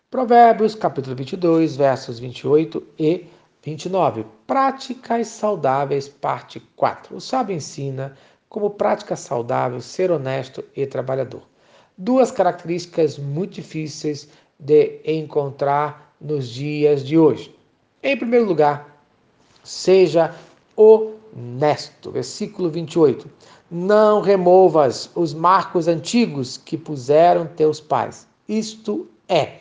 Provérbios, capítulo 22, versos 28 e 29. Práticas saudáveis, parte 4. O sábio ensina como prática saudável ser honesto e trabalhador. Duas características muito difíceis de encontrar nos dias de hoje. Em primeiro lugar, seja honesto. Versículo 28. Não removas os marcos antigos que puseram teus pais. Isto é,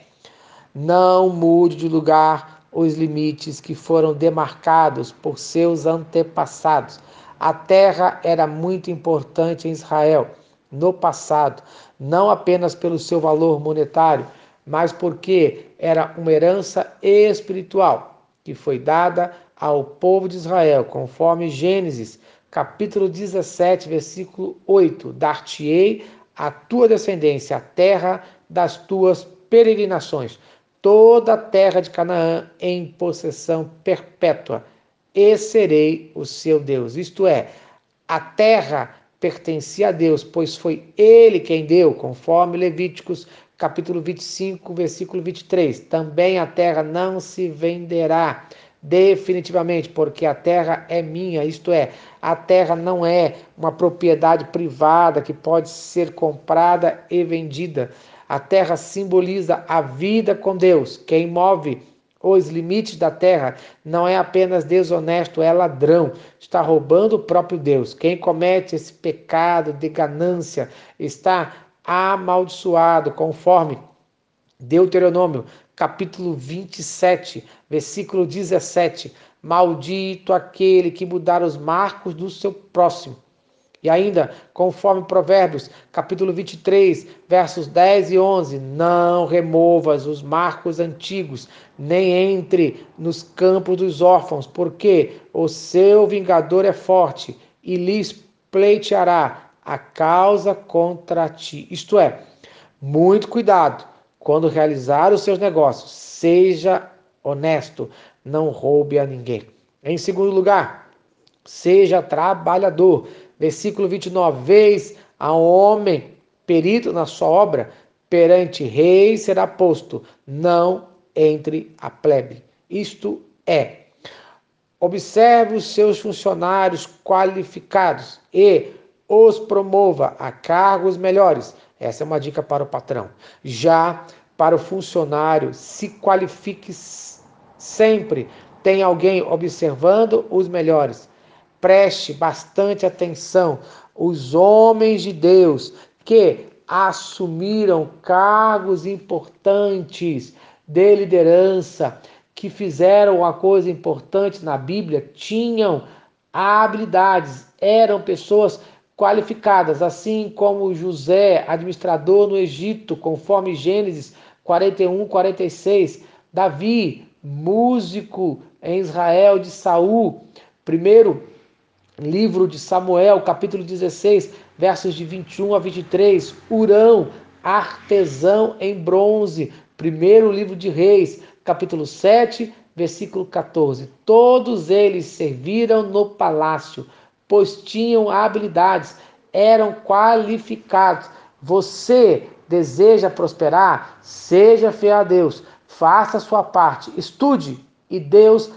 não mude de lugar os limites que foram demarcados por seus antepassados. A terra era muito importante em Israel no passado, não apenas pelo seu valor monetário, mas porque era uma herança espiritual que foi dada ao povo de Israel, conforme Gênesis, capítulo 17, versículo 8. Dar-te-ei a tua descendência a terra das tuas peregrinações, toda a terra de Canaã em possessão perpétua, e serei o seu Deus. Isto é, a terra pertencia a Deus, pois foi Ele quem deu, conforme Levíticos capítulo 25, versículo 23. Também a terra não se venderá definitivamente, porque a terra é minha, isto é, a terra não é uma propriedade privada que pode ser comprada e vendida. A terra simboliza a vida com Deus. Quem move os limites da terra não é apenas desonesto, é ladrão, está roubando o próprio Deus. Quem comete esse pecado de ganância está amaldiçoado, conforme Deuteronômio, capítulo 27, versículo 17. Maldito aquele que mudar os marcos do seu próximo. E ainda, conforme Provérbios, capítulo 23, versos 10 e 11, não removas os marcos antigos, nem entre nos campos dos órfãos, porque o seu vingador é forte e lhes pleiteará a causa contra ti. Isto é, muito cuidado quando realizar os seus negócios, seja honesto, não roube a ninguém. Em segundo lugar, seja trabalhador. Versículo 29. Vês a homem perito na sua obra, perante rei será posto, não entre a plebe. Isto é, observe os seus funcionários qualificados e os promova a cargos melhores. Essa é uma dica para o patrão. Já para o funcionário, se qualifique sempre. Tem alguém observando os melhores. Preste bastante atenção. Os homens de Deus que assumiram cargos importantes de liderança, que fizeram uma coisa importante na Bíblia, tinham habilidades, eram pessoas qualificadas, assim como José, administrador no Egito, conforme Gênesis 41, 46, Davi, músico em Israel de Saul, primeiro livro de Samuel, capítulo 16, versos de 21 a 23, Hurão, artesão em bronze, primeiro livro de Reis, capítulo 7, versículo 14. Todos eles serviram no palácio, pois tinham habilidades, eram qualificados. Você deseja prosperar? Seja fiel a Deus, faça a sua parte, estude e Deus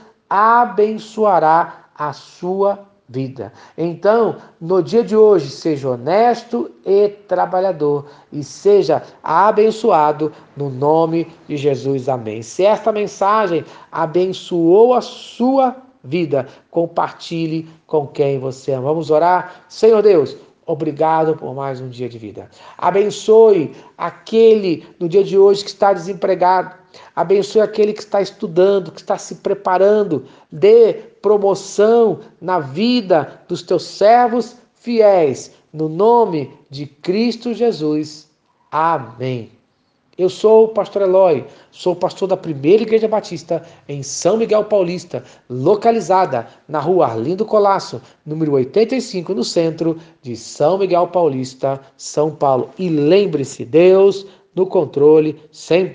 abençoará a sua vida. Então, no dia de hoje, seja honesto e trabalhador e seja abençoado no nome de Jesus. Amém. Se esta mensagem abençoou a sua vida, compartilhe com quem você ama. Vamos orar? Senhor Deus, obrigado por mais um dia de vida. Abençoe aquele no dia de hoje que está desempregado. Abençoe aquele que está estudando, que está se preparando. Dê promoção na vida dos teus servos fiéis. No nome de Cristo Jesus. Amém. Eu sou o pastor Eloy, sou pastor da Primeira Igreja Batista em São Miguel Paulista, localizada na rua Arlindo Colasso, número 85, no centro de São Miguel Paulista, São Paulo. E lembre-se, Deus no controle sempre.